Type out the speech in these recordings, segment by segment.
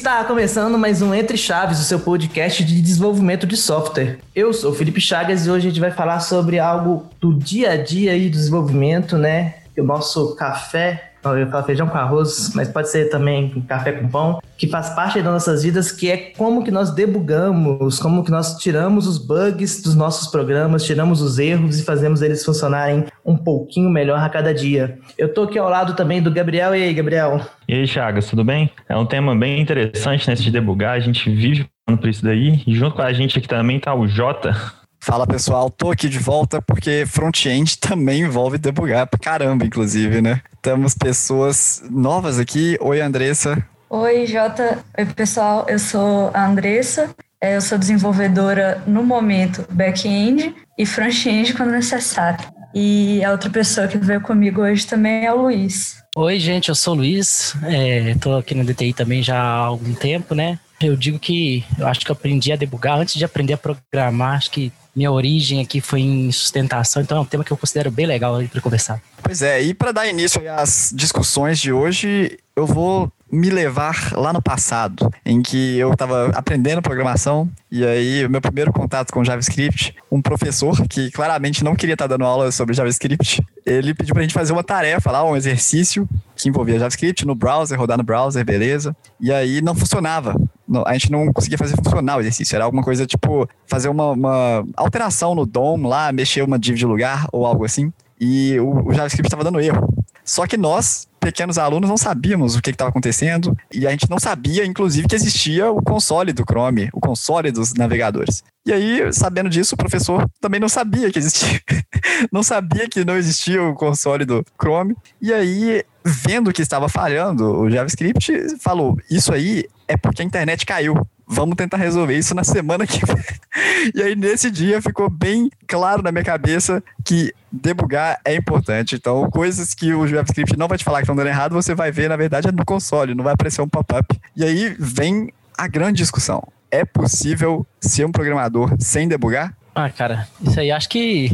Está começando mais um Entre Chaves, o seu podcast de desenvolvimento de software. Eu sou o Felipe Chagas e hoje a gente vai falar sobre algo do dia a dia aí do desenvolvimento, né? O nosso café, eu ia falar feijão com arroz, mas pode ser também café com pão, que faz parte das nossas vidas, que é como que nós debugamos, como que nós tiramos os bugs dos nossos programas, tiramos os erros e fazemos eles funcionarem um pouquinho melhor a cada dia. Eu tô aqui ao lado também do Gabriel. E aí, Gabriel? E aí, Chagas, tudo bem? É um tema bem interessante, né, esse de debugar, a gente vive falando por isso daí, e junto com a gente aqui também tá o Jota. Fala pessoal, tô aqui de volta porque front-end também envolve debugar pra caramba, inclusive, né? Temos pessoas novas aqui. Oi, Andressa. Oi, Jota. Oi, pessoal. Eu sou a Andressa. Eu sou desenvolvedora, no momento, back-end e front-end quando necessário. E a outra pessoa que veio comigo hoje também é o Luiz. Oi, gente. Eu sou o Luiz. Tô aqui no DTI também já há algum tempo, né? Eu digo que eu acho que eu aprendi a debugar antes de aprender a programar. Acho que minha origem aqui foi em sustentação, então é um tema que eu considero bem legal para conversar. Pois é, e para dar início às discussões de hoje, eu vou me levar lá no passado, em que eu estava aprendendo programação, e aí o meu primeiro contato com JavaScript, um professor que claramente não queria estar dando aula sobre JavaScript, ele pediu pra gente fazer uma tarefa lá, um exercício que envolvia JavaScript no browser, rodar no browser, beleza, e aí não funcionava. A gente não conseguia fazer funcionar o exercício, era alguma coisa tipo fazer uma alteração no DOM lá, mexer uma div de lugar ou algo assim, e o JavaScript estava dando erro. Só que nós, pequenos alunos, não sabíamos o que estava acontecendo e a gente não sabia, inclusive, que existia o console do Chrome, o console dos navegadores. E aí, sabendo disso, o professor também não sabia que existia, não sabia que não existia o console do Chrome. E aí, vendo que estava falhando o JavaScript, falou, isso aí é porque a internet caiu. Vamos tentar resolver isso na semana que vem. E aí, nesse dia, ficou bem claro na minha cabeça que debugar é importante. Então, coisas que o JavaScript não vai te falar que estão dando errado, você vai ver, na verdade, é no console, não vai aparecer um pop-up. E aí vem a grande discussão. É possível ser um programador sem debugar? Ah, cara, isso aí acho que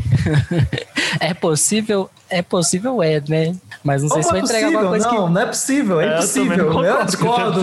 é possível, né? Mas não sei se vai entregar alguma coisa não, que... Não é possível, é impossível. Eu discordo.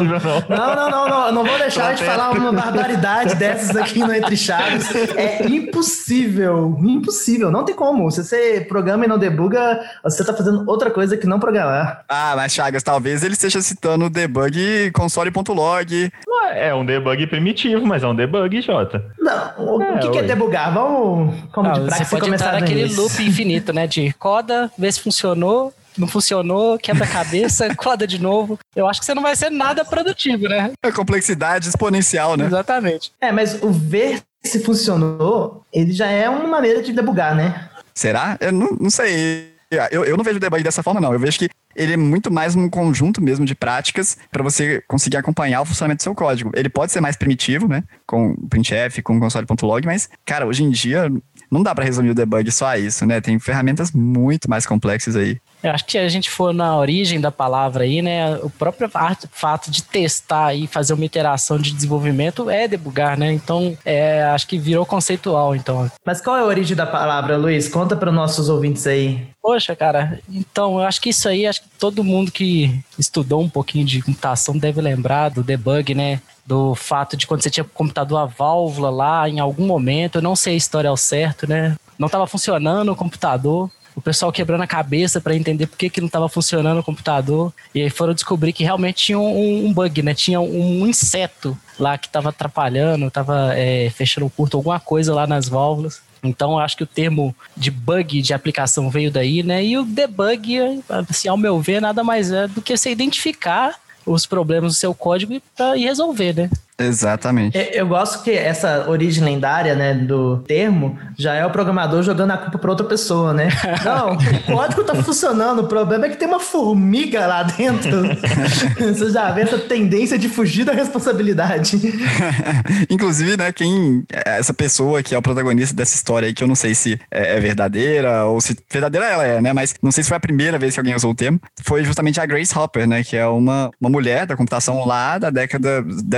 Não vou deixar de falar uma barbaridade dessas aqui no Entre Chaves. É impossível, não tem como. Se você programa e não debuga, você tá fazendo outra coisa que não programar. Ah, mas Chagas, talvez ele esteja citando o debug console.log. É um debug primitivo, mas é um debug, Jota. Não, o que é debugar? Vamos de prática você pode entrar naquele loop infinito, né? De coda, vê se funcionou, não funcionou, quebra a cabeça, coda de novo. Eu acho que você não vai ser nada produtivo, né? É complexidade exponencial, né? Exatamente. Mas o ver se funcionou, ele já é uma maneira de debugar, né? Será? Eu não sei. Eu não vejo o debug dessa forma, não. Eu vejo que ele é muito mais um conjunto mesmo de práticas para você conseguir acompanhar o funcionamento do seu código. Ele pode ser mais primitivo, né? Com o printf, com o console.log, mas, cara, hoje em dia não dá para resumir o debug só a isso, né? Tem ferramentas muito mais complexas aí. Eu acho que se a gente for na origem da palavra aí, né, o próprio fato de testar e fazer uma iteração de desenvolvimento é debugar, né? Então, acho que virou conceitual, então. Mas qual é a origem da palavra, Luiz? Conta para os nossos ouvintes aí. Poxa, cara, então eu acho que isso aí, acho que todo mundo que estudou um pouquinho de computação deve lembrar do debug, né? Do fato de quando você tinha o computador a válvula lá, em algum momento, eu não sei a história ao certo, né? Não estava funcionando o computador. O pessoal quebrando a cabeça para entender por que não estava funcionando o computador. E aí foram descobrir que realmente tinha um bug, né? Tinha um inseto lá que estava atrapalhando, estava fechando o curto, alguma coisa lá nas válvulas. Então, eu acho que o termo de bug de aplicação veio daí, né? E o debug, assim, ao meu ver, nada mais é do que você identificar os problemas do seu código e resolver, né? Exatamente. Eu gosto que essa origem lendária, né, do termo já é o programador jogando a culpa para outra pessoa, né? Não, o código tá funcionando, o problema é que tem uma formiga lá dentro. Você já vê essa tendência de fugir da responsabilidade. Inclusive, né, essa pessoa que é o protagonista dessa história aí, que eu não sei se é verdadeira ou se verdadeira ela é, né, mas não sei se foi a primeira vez que alguém usou o termo, foi justamente a Grace Hopper, né, que é uma mulher da computação lá da décadas antigas,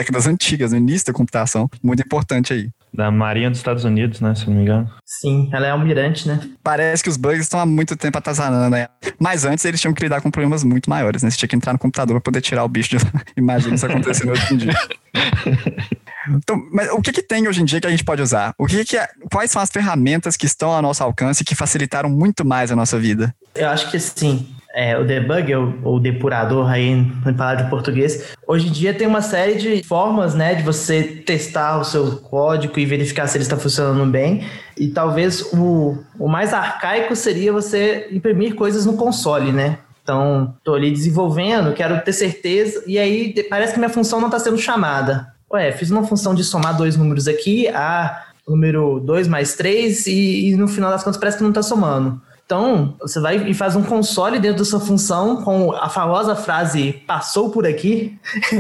antigas, no início da computação, muito importante aí. Da Marinha dos Estados Unidos, né, se não me engano. Sim, ela é almirante, né? Parece que os bugs estão há muito tempo atazanando, né? Mas antes eles tinham que lidar com problemas muito maiores, né? Você tinha que entrar no computador para poder tirar o bicho de lá. Imagina isso acontecendo hoje em dia. Então, mas o que tem hoje em dia que a gente pode usar? Quais são as ferramentas que estão ao nosso alcance e que facilitaram muito mais a nossa vida? Eu acho que assim, o debugger, ou depurador aí, em palavra de português, hoje em dia tem uma série de formas, né, de você testar o seu código e verificar se ele está funcionando bem. E talvez o mais arcaico seria você imprimir coisas no console, né? Então, tô ali desenvolvendo, quero ter certeza, e aí parece que minha função não está sendo chamada. Fiz uma função de somar 2 números aqui, número 2 mais 3, e no final das contas parece que não está somando. Então, você vai e faz um console dentro da sua função com a famosa frase "passou por aqui"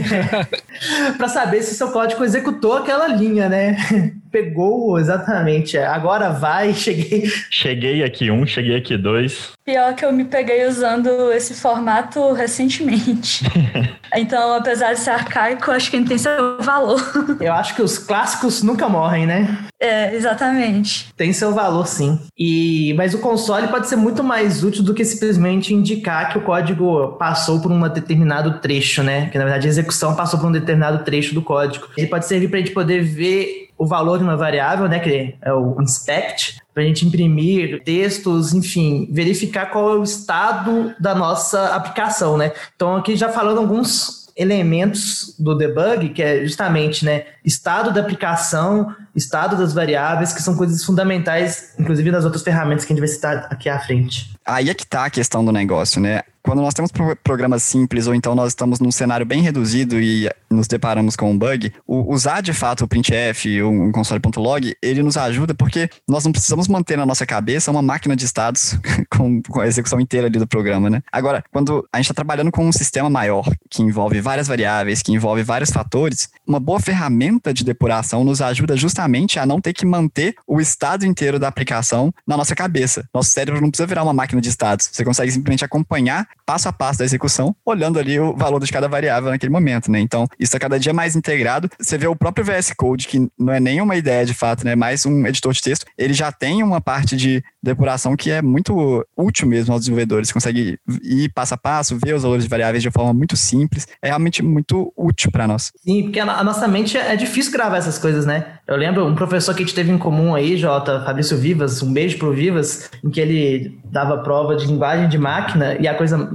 para saber se o seu código executou aquela linha, né? Pegou exatamente. Agora vai, cheguei. Cheguei aqui 1, cheguei aqui 2. Pior que eu me peguei usando esse formato recentemente. Então, apesar de ser arcaico, acho que ele tem seu valor. Eu acho que os clássicos nunca morrem, né? Exatamente. Tem seu valor, sim. Mas o console pode ser muito mais útil do que simplesmente indicar que o código passou por um determinado trecho, né? Que, na verdade, a execução passou por um determinado trecho do código. Ele pode servir para a gente poder ver o valor de uma variável, né? Que é o inspect, para a gente imprimir textos, enfim, verificar qual é o estado da nossa aplicação, né? Então, aqui já falando alguns elementos do debug, que é justamente, né, estado da aplicação, estado das variáveis, que são coisas fundamentais, inclusive nas outras ferramentas que a gente vai citar aqui à frente. Aí é que tá a questão do negócio, né? Quando nós temos programas simples, ou então nós estamos num cenário bem reduzido e nos deparamos com um bug, usar de fato o printf, um console.log, ele nos ajuda porque nós não precisamos manter na nossa cabeça uma máquina de estados com a execução inteira ali do programa, né? Agora, quando a gente está trabalhando com um sistema maior, que envolve várias variáveis, que envolve vários fatores, uma boa ferramenta de depuração nos ajuda justamente a não ter que manter o estado inteiro da aplicação na nossa cabeça. Nosso cérebro não precisa virar uma máquina de estados. Você consegue simplesmente acompanhar passo a passo da execução, olhando ali o valor de cada variável naquele momento, né? Então, isso é cada dia mais integrado. Você vê o próprio VS Code, que não é nem uma ideia de fato, né? Mais um editor de texto. Ele já tem uma parte de depuração que é muito útil mesmo aos desenvolvedores. Você consegue ir passo a passo, ver os valores de variáveis de forma muito simples. É realmente muito útil para nós. Sim, porque a nossa mente é difícil gravar essas coisas, né? Eu lembro um professor que a gente teve em comum aí, Jota, Fabrício Vivas, um beijo pro Vivas, em que ele dava prova de linguagem de máquina e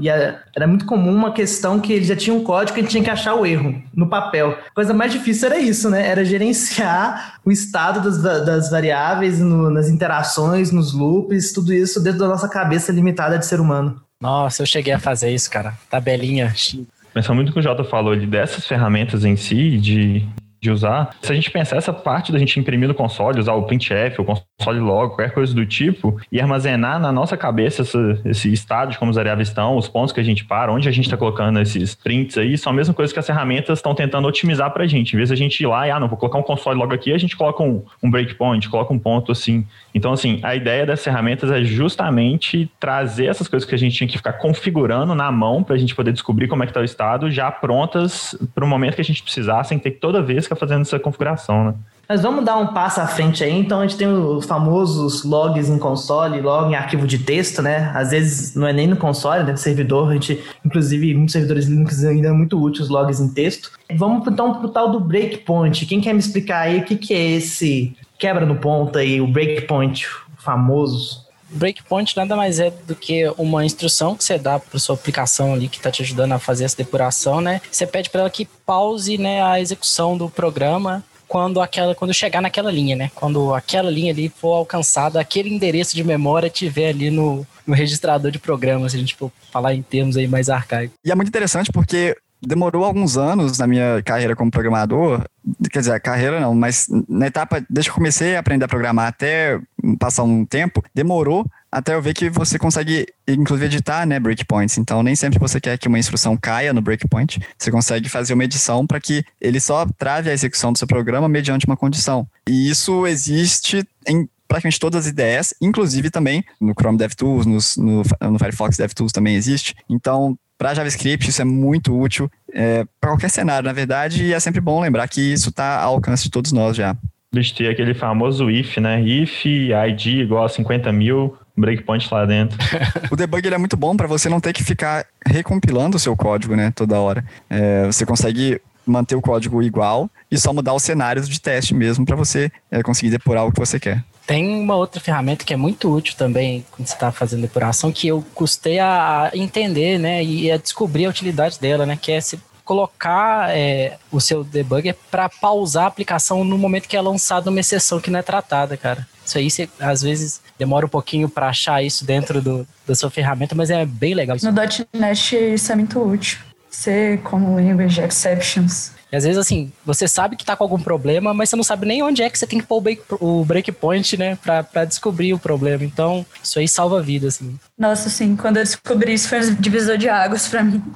era muito comum uma questão que ele já tinha um código e a gente tinha que achar o erro no papel. A coisa mais difícil era isso, né? Era gerenciar o estado das variáveis nas interações, nos loops, tudo isso dentro da nossa cabeça limitada de ser humano. Nossa, eu cheguei a fazer isso, cara. Tabelinha. Pensando muito no que o Jota falou dessas ferramentas em si, de usar. Se a gente pensar essa parte da gente imprimir no console, usar o printf, o console log, qualquer coisa do tipo, e armazenar na nossa cabeça esse estado de como as variáveis estão, os pontos que a gente para, onde a gente está colocando esses prints aí, são a mesma coisa que as ferramentas estão tentando otimizar pra gente. Em vez de a gente ir lá e, não, vou colocar um console log aqui, a gente coloca um breakpoint, coloca um ponto assim. Então, assim, a ideia das ferramentas é justamente trazer essas coisas que a gente tinha que ficar configurando na mão pra gente poder descobrir como é que tá o estado, já prontas para o momento que a gente precisar, sem ter que toda vez ficar fazendo essa configuração, né? Mas vamos dar um passo à frente aí. Então a gente tem os famosos logs em console, log em arquivo de texto, né? Às vezes não é nem no console, né? No servidor, a gente, inclusive, muitos servidores Linux ainda é muito útil os logs em texto. Vamos então pro tal do breakpoint. Quem quer me explicar aí o que é esse quebra no ponto aí, o breakpoint famoso? Breakpoint nada mais é do que uma instrução que você dá para sua aplicação ali que está te ajudando a fazer essa depuração, né? Você pede para ela que pause, né, a execução do programa quando chegar naquela linha, né? Quando aquela linha ali for alcançada, aquele endereço de memória tiver ali no registrador de programas, se a gente for falar em termos aí mais arcaicos. E é muito interessante porque demorou alguns anos na minha carreira como programador, quer dizer, carreira não, mas na etapa, desde que eu comecei a aprender a programar até passar um tempo, demorou até eu ver que você consegue, inclusive, editar, né, breakpoints. Então, nem sempre você quer que uma instrução caia no breakpoint. Você consegue fazer uma edição para que ele só trave a execução do seu programa mediante uma condição. E isso existe em praticamente todas as IDEs, inclusive também no Chrome DevTools, no Firefox DevTools também existe. Então, para JavaScript isso é muito útil para qualquer cenário, na verdade, e é sempre bom lembrar que isso está ao alcance de todos nós já. Bicho, tem aquele famoso if, né? If, ID igual a 50 mil, breakpoint lá dentro. O debug ele é muito bom para você não ter que ficar recompilando o seu código, né, toda hora. Você consegue manter o código igual e só mudar os cenários de teste mesmo para você conseguir depurar o que você quer. Tem uma outra ferramenta que é muito útil também quando você está fazendo depuração, que eu custei a entender, né, e a descobrir a utilidade dela, né, que é se colocar o seu debugger para pausar a aplicação no momento que é lançada uma exceção que não é tratada, cara. Isso aí, você, às vezes, demora um pouquinho para achar isso dentro da sua ferramenta, mas é bem legal. No .NET isso é muito útil. Você, como language exceptions. E às vezes, assim, você sabe que tá com algum problema, mas você não sabe nem onde é que você tem que pôr o breakpoint, né, pra descobrir o problema. Então, isso aí salva a vida, assim. Nossa, sim, quando eu descobri isso foi um divisor de águas pra mim.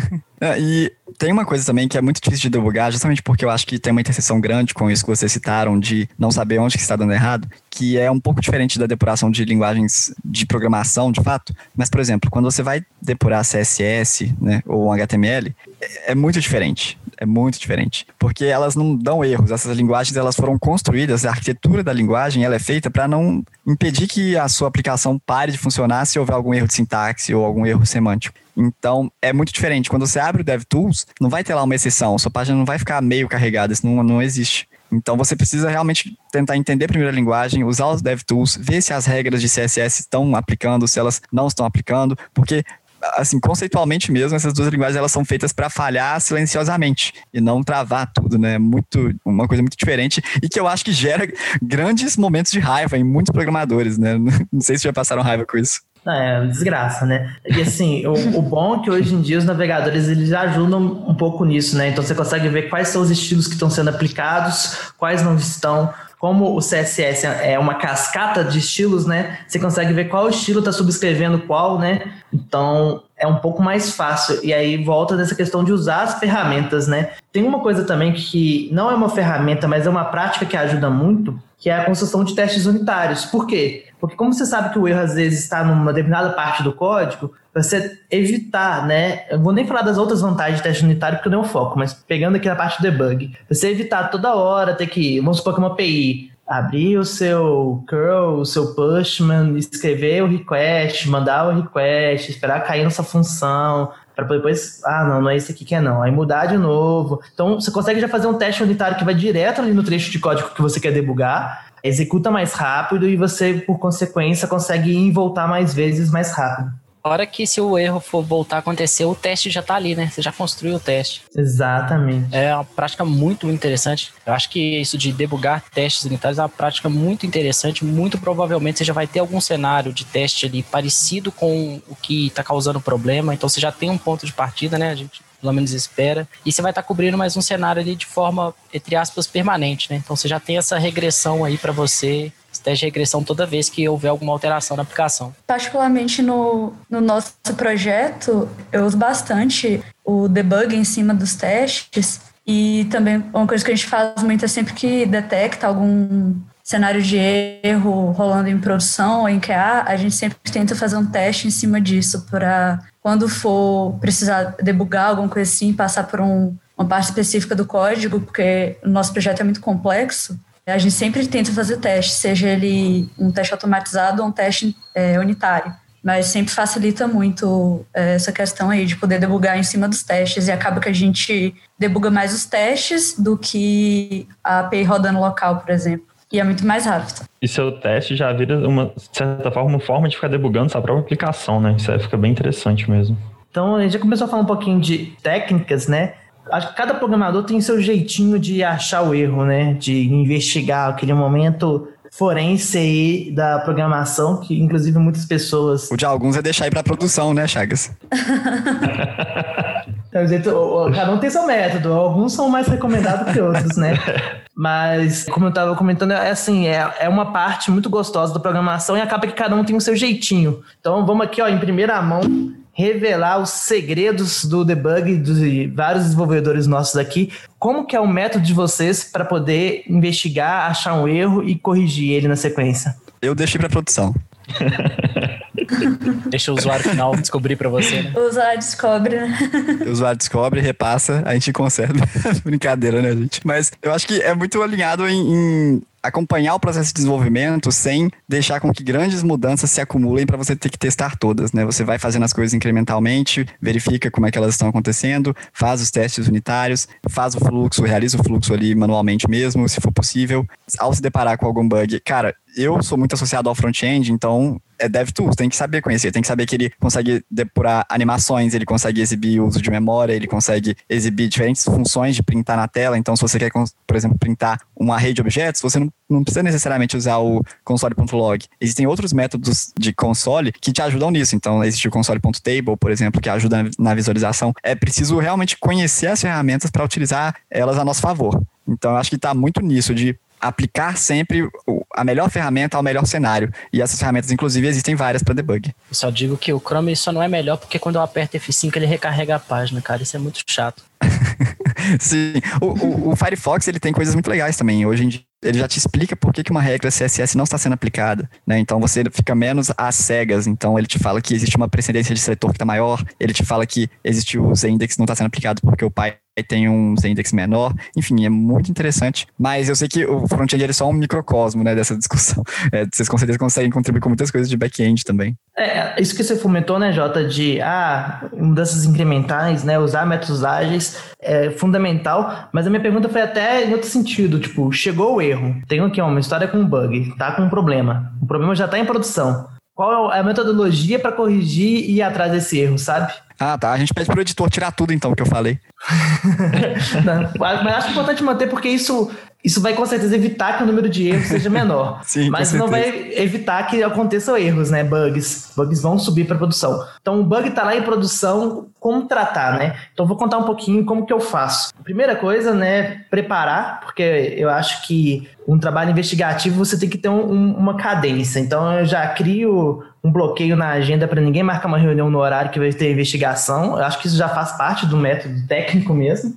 E tem uma coisa também que é muito difícil de debugar, justamente porque eu acho que tem uma interseção grande com isso que vocês citaram, de não saber onde que está dando errado, que é um pouco diferente da depuração de linguagens de programação, de fato. Mas, por exemplo, quando você vai depurar CSS, né, ou HTML, é muito diferente. É muito diferente. Porque elas não dão erros. Essas linguagens, elas foram construídas, a arquitetura da linguagem, ela é feita para não impedir que a sua aplicação pare de funcionar se houver algum erro de sintaxe ou algum erro semântico. Então, é muito diferente. Quando você abre o DevTools, não vai ter lá uma exceção. Sua página não vai ficar meio carregada. Isso não existe. Então, você precisa realmente tentar entender primeiro a linguagem, usar os DevTools, ver se as regras de CSS estão aplicando, se elas não estão aplicando, porque assim, conceitualmente mesmo, essas duas linguagens elas são feitas para falhar silenciosamente e não travar tudo, né? Uma coisa muito diferente e que eu acho que gera grandes momentos de raiva em muitos programadores, né? Não sei se já passaram raiva com isso. É uma desgraça, né? E assim, o bom é que hoje em dia os navegadores eles ajudam um pouco nisso, né? Então você consegue ver quais são os estilos que estão sendo aplicados, quais não estão. Como o CSS é uma cascata de estilos, né? Você consegue ver qual estilo está subscrevendo qual, né? Então é um pouco mais fácil. E aí volta dessa questão de usar as ferramentas, né? Tem uma coisa também que não é uma ferramenta, mas é uma prática que ajuda muito, que é a construção de testes unitários. Por quê? Porque como você sabe que o erro às vezes está numa determinada parte do código, você evitar, né? Eu vou nem falar das outras vantagens de teste unitário porque eu não foco, mas pegando aqui na parte do debug, você evitar toda hora ter que, vamos supor que uma API, abrir o seu curl, o seu pushman, escrever o request, mandar o request, esperar cair nessa função, para depois, não é esse aqui que é não, aí mudar de novo. Então você consegue já fazer um teste unitário que vai direto ali no trecho de código que você quer debugar, executa mais rápido e você, por consequência, consegue ir e voltar mais vezes mais rápido. A hora que se o erro for voltar a acontecer, o teste já tá ali, né? Você já construiu o teste. Exatamente. É uma prática muito interessante. Eu acho que isso de debugar testes unitários é uma prática muito interessante. Muito provavelmente você já vai ter algum cenário de teste ali parecido com o que tá causando problema. Então você já tem um ponto de partida, né? A gente pelo menos espera. E você vai estar cobrindo mais um cenário ali de forma, entre aspas, permanente, né? Então você já tem essa regressão aí para você, teste de regressão toda vez que houver alguma alteração na aplicação. Particularmente no nosso projeto, eu uso bastante o debug em cima dos testes e também uma coisa que a gente faz muito é sempre que detecta algum cenário de erro rolando em produção ou em QA, a gente sempre tenta fazer um teste em cima disso para quando for precisar debugar alguma coisa assim, passar por uma parte específica do código, porque o nosso projeto é muito complexo, a gente sempre tenta fazer teste, seja ele um teste automatizado ou um teste unitário. Mas sempre facilita muito essa questão aí de poder debugar em cima dos testes e acaba que a gente debuga mais os testes do que a API rodando local, por exemplo. E é muito mais rápido. E seu teste já vira, de certa forma, uma forma de ficar debugando sua própria aplicação, né? Isso aí fica bem interessante mesmo. Então, a gente já começou a falar um pouquinho de técnicas, né? Acho que cada programador tem seu jeitinho de achar o erro, né? De investigar aquele momento forense aí da programação, que inclusive muitas pessoas... O de alguns é deixar ir pra produção, né, Chagas? Cada um tem seu método, alguns são mais recomendados que outros, né? Mas, como eu estava comentando, é uma parte muito gostosa da programação e acaba que cada um tem o seu jeitinho. Então vamos aqui, em primeira mão, revelar os segredos do debug dos vários desenvolvedores nossos aqui. Como que é o método de vocês para poder investigar, achar um erro e corrigir ele na sequência? Eu deixei para produção. Deixa o usuário final descobrir pra você, né? O usuário descobre, né? O usuário descobre, repassa, a gente conserta. Brincadeira, né, gente? Mas eu acho que é muito alinhado em acompanhar o processo de desenvolvimento sem deixar com que grandes mudanças se acumulem para você ter que testar todas, né? Você vai fazendo as coisas incrementalmente, verifica como é que elas estão acontecendo, faz os testes unitários, faz o fluxo, realiza o fluxo ali manualmente mesmo, se for possível. Ao se deparar com algum bug, cara, eu sou muito associado ao front-end, então é DevTools, tem que saber conhecer, tem que saber que ele consegue depurar animações, ele consegue exibir uso de memória, ele consegue exibir diferentes funções de printar na tela. Então, se você quer, por exemplo, printar uma array de objetos, você não precisa necessariamente usar o console.log. Existem outros métodos de console que te ajudam nisso. Então, existe o console.table, por exemplo, que ajuda na visualização. É preciso realmente conhecer as ferramentas para utilizar elas a nosso favor. Então, eu acho que está muito nisso de aplicar sempre a melhor ferramenta ao melhor cenário. E essas ferramentas, inclusive, existem várias para debug. Eu só digo que o Chrome só não é melhor porque quando eu aperto F5 ele recarrega a página, cara. Isso é muito chato. Sim. O Firefox, ele tem coisas muito legais também. Hoje em dia, ele já te explica por que uma regra CSS não está sendo aplicada, né? Então, você fica menos às cegas. Então, ele te fala que existe uma precedência de seletor que está maior. Ele te fala que existe o Z-index que não está sendo aplicado porque o pai tem um Z-index menor. Enfim, é muito interessante. Mas eu sei que o front-end é só um microcosmo, né, dessa discussão. Vocês com certeza conseguem contribuir com muitas coisas de back-end também. Isso que você fomentou, né, Jota, de mudanças incrementais, né, usar métodos ágeis é fundamental, mas a minha pergunta foi até em outro sentido, tipo, chegou o erro, tem aqui uma história com um bug, tá com um problema, o problema já tá em produção. Qual é a metodologia para corrigir e ir atrás desse erro, sabe? Ah, tá. A gente pede pro editor tirar tudo, então, que eu falei. Não, mas acho importante manter, porque isso vai com certeza evitar que o número de erros seja menor. Sim, mas não vai evitar que aconteçam erros, né? Bugs vão subir para produção. Então o bug está lá em produção, como tratar, né? Então eu vou contar um pouquinho como que eu faço. Primeira coisa, né? Preparar, porque eu acho que um trabalho investigativo você tem que ter uma cadência. Então eu já crio um bloqueio na agenda para ninguém marcar uma reunião no horário que vai ter investigação. Eu acho que isso já faz parte do método técnico mesmo.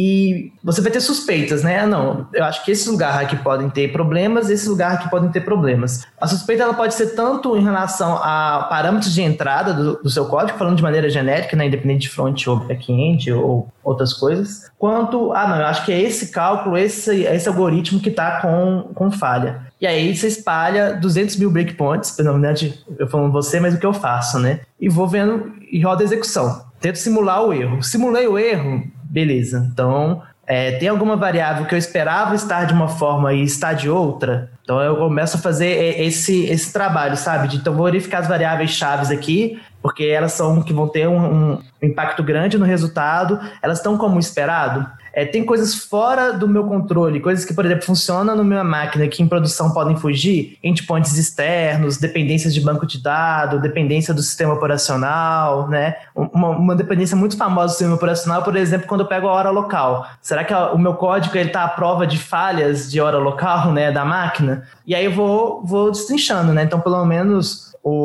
E você vai ter suspeitas, né? Não, eu acho que esse lugar aqui podem ter problemas, esse lugar aqui podem ter problemas. A suspeita ela pode ser tanto em relação a parâmetros de entrada do seu código, falando de maneira genérica, né? Independente de front ou back-end ou outras coisas, quanto, eu acho que é esse cálculo, esse algoritmo que está com falha. E aí você espalha 200 mil breakpoints, pelo menos eu falando você, mas o que eu faço, né? E vou vendo e roda a execução. Tento simular o erro. Simulei o erro, beleza. Então, tem alguma variável que eu esperava estar de uma forma e está de outra? Então, eu começo a fazer esse trabalho, sabe? Então, vou verificar as variáveis chaves aqui, porque elas são que vão ter um impacto grande no resultado. Elas estão como esperado? Tem coisas fora do meu controle, coisas que, por exemplo, funcionam na minha máquina que em produção podem fugir, endpoints externos, dependências de banco de dados, dependência do sistema operacional, né? Uma dependência muito famosa do sistema operacional, por exemplo, quando eu pego a hora local. Será que o meu código está à prova de falhas de hora local, né, da máquina? E aí eu vou destrinchando, né? Então, pelo menos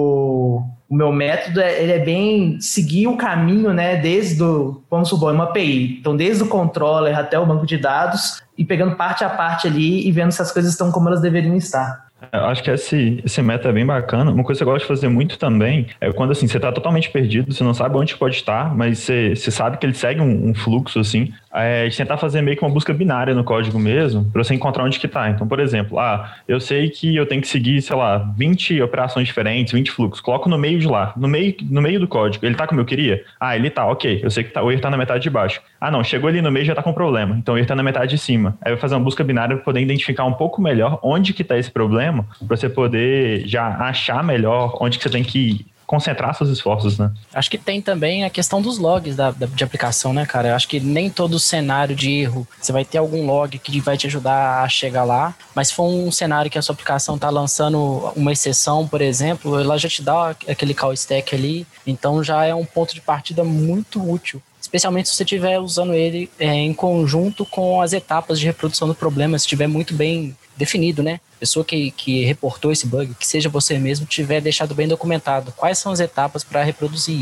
o meu método ele é bem seguir o caminho, né, vamos supor, uma API. Então, desde o controller até o banco de dados e pegando parte a parte ali e vendo se as coisas estão como elas deveriam estar. Eu acho que esse método é bem bacana. Uma coisa que eu gosto de fazer muito também é quando assim, você está totalmente perdido, você não sabe onde pode estar, mas você sabe que ele segue um fluxo assim, de tentar fazer meio que uma busca binária no código mesmo, para você encontrar onde que está. Então, por exemplo, eu sei que eu tenho que seguir, sei lá, 20 operações diferentes, 20 fluxos, coloco no meio de lá, no meio do código. Ele está como eu queria? Ele está, ok. Eu sei que o erro está na metade de baixo. Não, chegou ali no meio e já está com problema. Então, o erro está na metade de cima. Aí eu vou fazer uma busca binária para poder identificar um pouco melhor onde que está esse problema, para você poder já achar melhor onde que você tem que concentrar seus esforços, né? Acho que tem também a questão dos logs de aplicação, né, cara? Eu acho que nem todo cenário de erro você vai ter algum log que vai te ajudar a chegar lá, mas se for um cenário que a sua aplicação tá lançando uma exceção, por exemplo, ela já te dá aquele call stack ali, então já é um ponto de partida muito útil. Especialmente se você estiver usando ele em conjunto com as etapas de reprodução do problema, se estiver muito bem definido, né? A pessoa que reportou esse bug, que seja você mesmo, tiver deixado bem documentado quais são as etapas para reproduzir isso.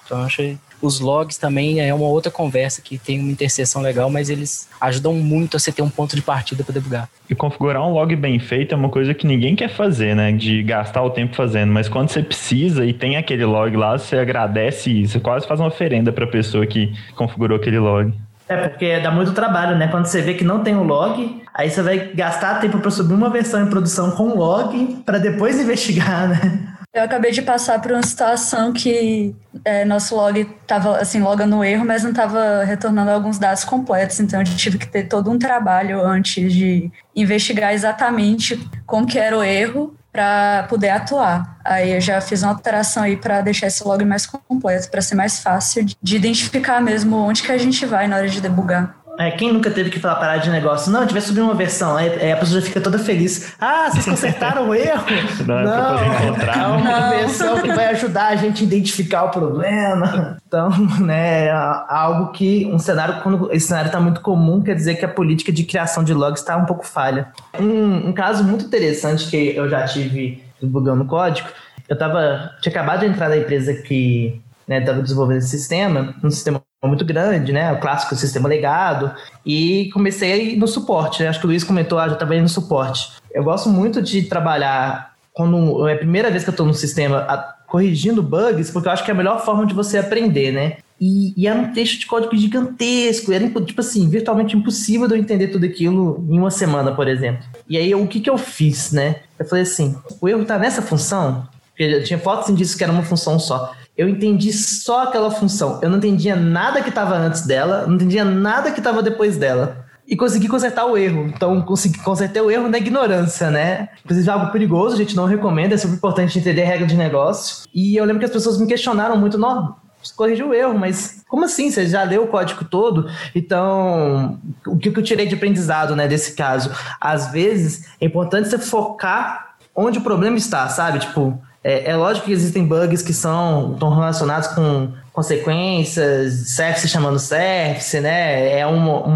Então eu achei os logs também é uma outra conversa que tem uma interseção legal, mas eles ajudam muito a você ter um ponto de partida para debugar. E configurar um log bem feito é uma coisa que ninguém quer fazer, né? De gastar o tempo fazendo. Mas quando você precisa e tem aquele log lá, você agradece e você quase faz uma oferenda para a pessoa que configurou aquele log. Porque dá muito trabalho, né? Quando você vê que não tem o log, aí você vai gastar tempo para subir uma versão em produção com log para depois investigar, né? Eu acabei de passar por uma situação que nosso log estava assim, logando erro, mas não estava retornando alguns dados completos, então eu tive que ter todo um trabalho antes de investigar exatamente como que era o erro para poder atuar. Aí eu já fiz uma alteração aí para deixar esse log mais completo, para ser mais fácil de identificar mesmo onde que a gente vai na hora de debugar. Quem nunca teve que falar parar de negócio? Não, a gente vai subir uma versão. Aí a pessoa já fica toda feliz. Ah, vocês consertaram o erro? Não, é uma versão que vai ajudar a gente a identificar o problema. Então, né, algo que um cenário, quando esse cenário está muito comum, quer dizer que a política de criação de logs está um pouco falha. Um caso muito interessante que eu já tive debugando código, tinha acabado de entrar na empresa que estava desenvolvendo esse sistema, um sistema muito grande, né? O clássico sistema legado. E comecei no suporte, né? Acho que o Luiz comentou, já trabalhei no suporte. Eu gosto muito de trabalhar quando é a primeira vez que eu estou no sistema corrigindo bugs, porque eu acho que é a melhor forma de você aprender, né? E era um texto de código gigantesco, era tipo assim, virtualmente impossível de eu entender tudo aquilo em uma semana, por exemplo. E aí, o que eu fiz, né? Eu falei assim, o erro tá nessa função, porque tinha fotos indícios que era uma função só. Eu entendi só aquela função. Eu não entendia nada que estava antes dela, não entendia nada que estava depois dela. E consegui consertar o erro. Então, consertei o erro na ignorância, né? Inclusive, é algo perigoso, a gente não recomenda, é super importante entender a regra de negócio. E eu lembro que as pessoas me questionaram muito, não, você corrigiu o erro, mas como assim? Você já leu o código todo? Então, o que eu tirei de aprendizado, né, desse caso? Às vezes, é importante você focar onde o problema está, sabe? Tipo, é lógico que existem bugs que estão relacionados com consequências, service chamando service, né? É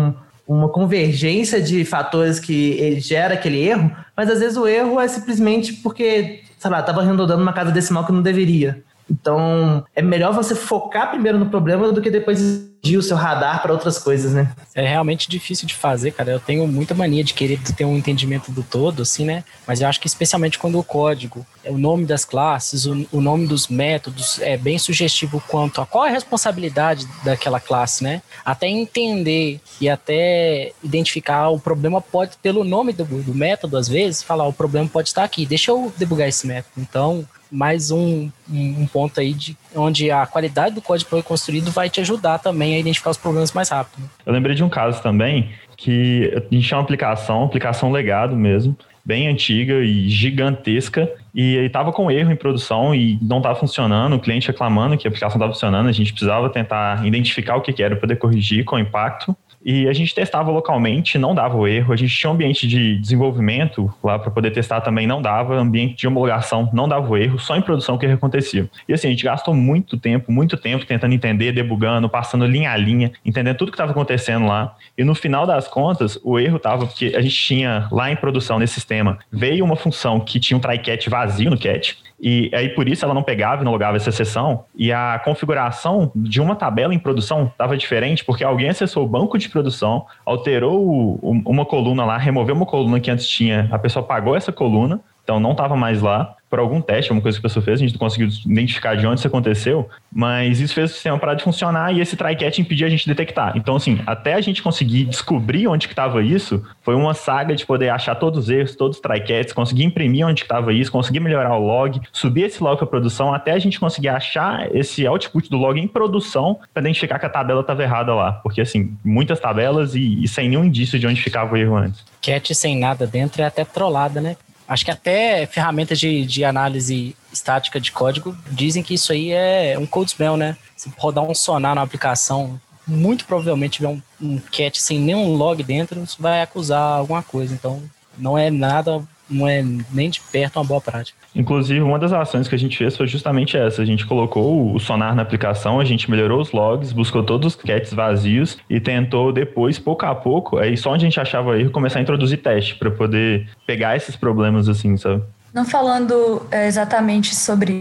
uma convergência de fatores que ele gera aquele erro, mas às vezes o erro é simplesmente porque, sei lá, estava arredondando uma casa decimal que não deveria. Então, é melhor você focar primeiro no problema do que depois exigir o seu radar para outras coisas, né? É realmente difícil de fazer, cara. Eu tenho muita mania de querer ter um entendimento do todo, assim, né? Mas eu acho que especialmente quando o código, o nome das classes, o nome dos métodos é bem sugestivo quanto a qual é a responsabilidade daquela classe, né? Até entender e até identificar o problema pode, pelo nome do método, às vezes, falar o problema pode estar aqui, deixa eu debugar esse método. Então, mais um ponto aí de onde a qualidade do código foi construído vai te ajudar também a identificar os problemas mais rápido. Eu lembrei de um caso também que a gente tinha uma aplicação legado mesmo, bem antiga e gigantesca, e estava com erro em produção e não estava funcionando, o cliente reclamando que a aplicação estava funcionando, a gente precisava tentar identificar o que era para poder corrigir com impacto. E a gente testava localmente, não dava o erro. A gente tinha um ambiente de desenvolvimento lá para poder testar também, não dava. Ambiente de homologação, não dava o erro. Só em produção que acontecia. E assim, a gente gastou muito tempo tentando entender, debugando, passando linha a linha, entendendo tudo que estava acontecendo lá. E no final das contas, o erro estava porque a gente tinha lá em produção, nesse sistema, veio uma função que tinha um try-catch vazio no catch. E aí, por isso, ela não pegava e não logava essa exceção. E a configuração de uma tabela em produção estava diferente, porque alguém acessou o banco de produção, alterou uma coluna lá, removeu uma coluna que antes tinha, a pessoa apagou essa coluna, então não estava mais lá, por algum teste, alguma coisa que a pessoa fez, a gente não conseguiu identificar de onde isso aconteceu, mas isso fez o sistema parar de funcionar e esse try-catch impedia a gente de detectar. Então, assim, até a gente conseguir descobrir onde que estava isso, foi uma saga de poder achar todos os erros, todos os try-catches, conseguir imprimir onde que estava isso, conseguir melhorar o log, subir esse log para produção, até a gente conseguir achar esse output do log em produção para identificar que a tabela estava errada lá. Porque, assim, muitas tabelas e sem nenhum indício de onde ficava o erro antes. Catch sem nada dentro é até trollada, né? Acho que até ferramentas de análise estática de código dizem que isso aí é um code smell, né? Se rodar um sonar na aplicação, muito provavelmente tiver um catch sem nenhum log dentro, isso vai acusar alguma coisa. Então, não é nem de perto uma boa prática. Inclusive, uma das ações que a gente fez foi justamente essa. A gente colocou o sonar na aplicação, a gente melhorou os logs, buscou todos os catches vazios e tentou depois, pouco a pouco, aí só onde a gente achava erro, começar a introduzir teste para poder pegar esses problemas assim, sabe? Não falando exatamente sobre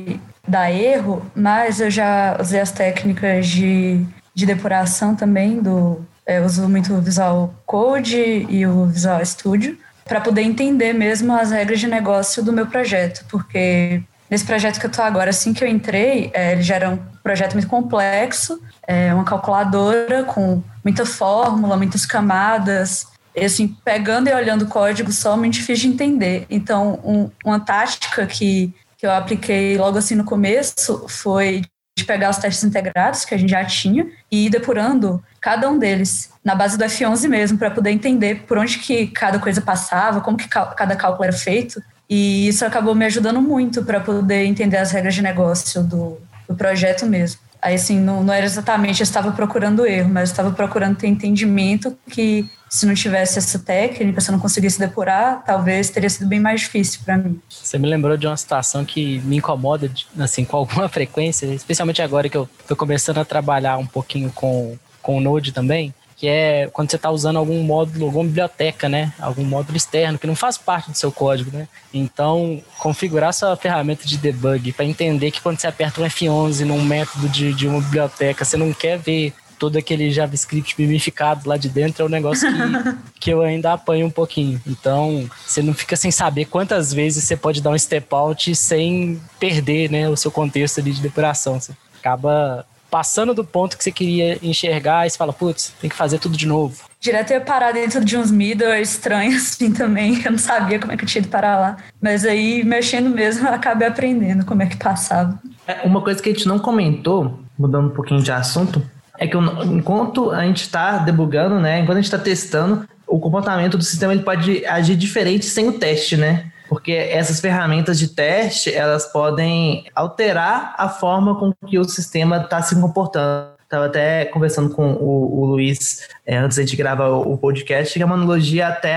dar erro, mas eu já usei as técnicas de depuração também, eu uso muito o Visual Code e o Visual Studio, para poder entender mesmo as regras de negócio do meu projeto, porque nesse projeto que eu estou agora, assim que eu entrei, ele já era um projeto muito complexo, uma calculadora com muita fórmula, muitas camadas, e assim, pegando e olhando o código só, muito difícil de entender. Então, uma tática que eu apliquei logo assim no começo foi de pegar os testes integrados que a gente já tinha e ir depurando cada um deles na base do F11 mesmo, para poder entender por onde que cada coisa passava, como que cada cálculo era feito. E isso acabou me ajudando muito para poder entender as regras de negócio do projeto mesmo. Aí, assim, não era exatamente eu estava procurando erro, mas eu estava procurando ter entendimento que, se não tivesse essa técnica, se eu não conseguisse depurar, talvez teria sido bem mais difícil para mim. Você me lembrou de uma situação que me incomoda, assim, com alguma frequência, especialmente agora que eu estou começando a trabalhar um pouquinho com o Node também, que é quando você está usando algum módulo, alguma biblioteca, né? Algum módulo externo que não faz parte do seu código, né? Então, configurar sua ferramenta de debug para entender que quando você aperta um F11 num método de uma biblioteca, você não quer ver todo aquele JavaScript mimificado lá de dentro, é um negócio que eu ainda apanho um pouquinho. Então, você não fica sem saber quantas vezes você pode dar um step out sem perder, né, o seu contexto ali de depuração. Você acaba passando do ponto que você queria enxergar e você fala, putz, tem que fazer tudo de novo. Direto eu ia parar dentro de uns middle estranhos assim também, eu não sabia como é que eu tinha de parar lá. Mas aí, mexendo mesmo, eu acabei aprendendo como é que passava. Uma coisa que a gente não comentou, mudando um pouquinho de assunto, é que enquanto a gente está debugando, né, enquanto a gente está testando, o comportamento do sistema ele pode agir diferente sem o teste, né? Porque essas ferramentas de teste, elas podem alterar a forma com que o sistema está se comportando. Estava até conversando com o Luiz antes de gravar o podcast, que é uma analogia até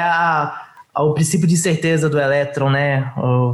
ao princípio de certeza do elétron, né?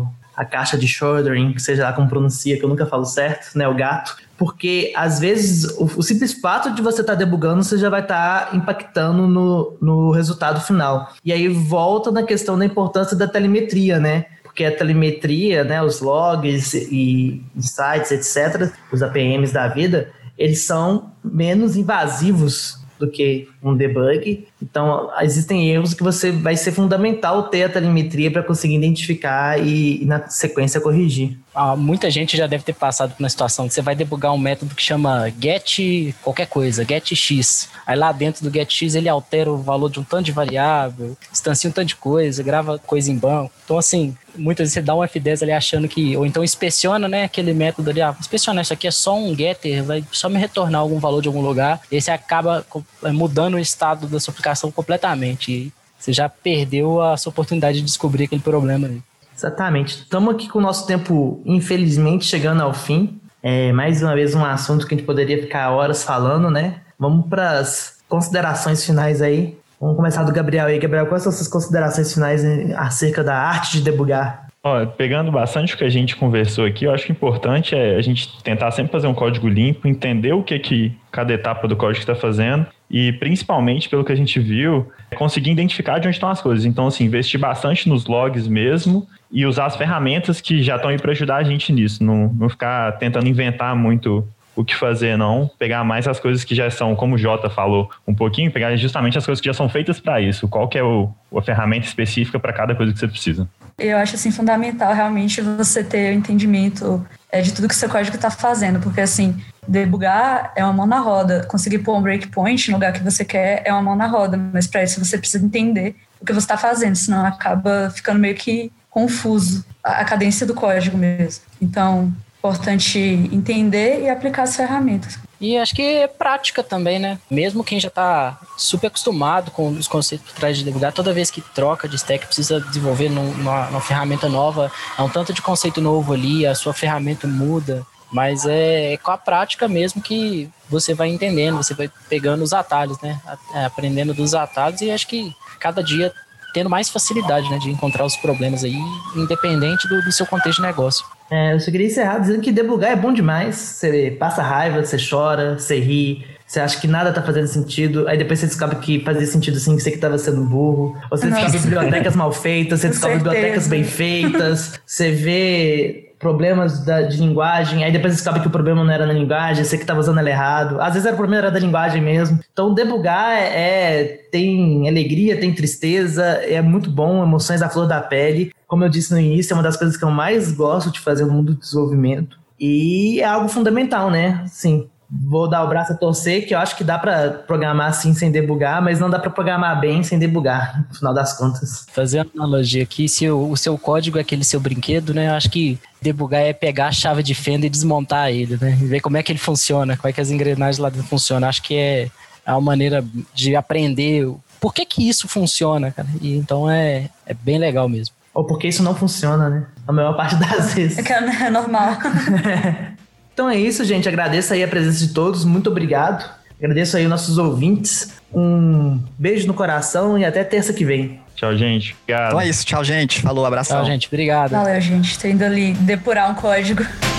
A caixa de Schrödinger, seja lá como pronuncia, que eu nunca falo certo, né? O gato. Porque, às vezes, o simples fato de você estar debugando, você já vai estar impactando no resultado final. E aí volta na questão da importância da telemetria, né? Porque a telemetria, né, os logs e insights, etc., os APMs da vida, eles são menos invasivos do que um debug. Então, existem erros que vai ser fundamental ter a telemetria para conseguir identificar e, na sequência, corrigir. Muita gente já deve ter passado por uma situação que você vai debugar um método que chama get qualquer coisa, get x. Aí lá dentro do get x ele altera o valor de um tanto de variável, instancia um tanto de coisa, grava coisa em banco. Então, assim, muitas vezes você dá um F10 ali achando que... Ou então inspeciona, né, aquele método ali. Inspeciona, isso aqui é só um getter, vai só me retornar algum valor de algum lugar. E aí você acaba mudando o estado da sua aplicação completamente. E você já perdeu a sua oportunidade de descobrir aquele problema ali. Exatamente. Estamos aqui com o nosso tempo, infelizmente, chegando ao fim. Mais uma vez um assunto que a gente poderia ficar horas falando, né? Vamos para as considerações finais aí. Vamos começar do Gabriel aí. Gabriel, quais são as suas considerações finais acerca da arte de debugar? Pegando bastante o que a gente conversou aqui, eu acho que o importante é a gente tentar sempre fazer um código limpo, entender o que cada etapa do código está fazendo e, principalmente, pelo que a gente viu, conseguir identificar de onde estão as coisas. Então, assim, investir bastante nos logs mesmo e usar as ferramentas que já estão aí para ajudar a gente nisso. Não ficar tentando inventar muito o que fazer, não. Pegar mais as coisas que já são, como o Jota falou um pouquinho, pegar justamente as coisas que já são feitas para isso. Qual que é a ferramenta específica para cada coisa que você precisa. Eu acho, assim, fundamental realmente você ter o entendimento de tudo que o seu código está fazendo, porque, assim, debugar é uma mão na roda. Conseguir pôr um breakpoint no lugar que você quer é uma mão na roda, mas para isso você precisa entender o que você está fazendo, senão acaba ficando meio que confuso a cadência do código mesmo. Então, importante entender e aplicar as ferramentas. E acho que é prática também, né? Mesmo quem já está super acostumado com os conceitos por trás de debugar, toda vez que troca de stack, precisa desenvolver numa ferramenta nova, é um tanto de conceito novo ali, a sua ferramenta muda, mas é com a prática mesmo que você vai entendendo, você vai pegando os atalhos, né? Aprendendo dos atalhos e acho que cada dia tendo mais facilidade, né, de encontrar os problemas aí, independente do seu contexto de negócio. Eu só queria encerrar dizendo que debugar é bom demais. Você passa raiva, você chora, você ri, você acha que nada tá fazendo sentido, aí depois você descobre que fazia sentido sim, que você que tava sendo burro, ou você descobre bibliotecas mal feitas, você descobre bibliotecas bem feitas, você vê problemas de linguagem, aí depois descobre que o problema não era na linguagem, você que estava usando ela errado. Às vezes o problema era da linguagem mesmo. Então debugar tem alegria, tem tristeza, é muito bom, emoções à flor da pele. Como eu disse no início, é uma das coisas que eu mais gosto de fazer no mundo do desenvolvimento. E é algo fundamental, né? Sim. Vou dar o braço a torcer, que eu acho que dá pra programar assim sem debugar, mas não dá pra programar bem sem debugar, no final das contas. Fazer uma analogia aqui, se o seu código é aquele seu brinquedo, né? Eu acho que debugar é pegar a chave de fenda e desmontar ele, né? E ver como é que ele funciona, como é que as engrenagens lá dentro funcionam. Acho que é uma maneira de aprender por que isso funciona, cara. E então é bem legal mesmo. Ou porque isso não funciona, né? A maior parte das vezes. É que é normal. Então é isso, gente. Agradeço aí a presença de todos. Muito obrigado. Agradeço aí os nossos ouvintes. Um beijo no coração e até terça que vem. Tchau, gente. Obrigado. Então é isso. Tchau, gente. Falou, abração. Tchau, gente. Obrigado. Valeu, gente. Tô indo ali depurar um código.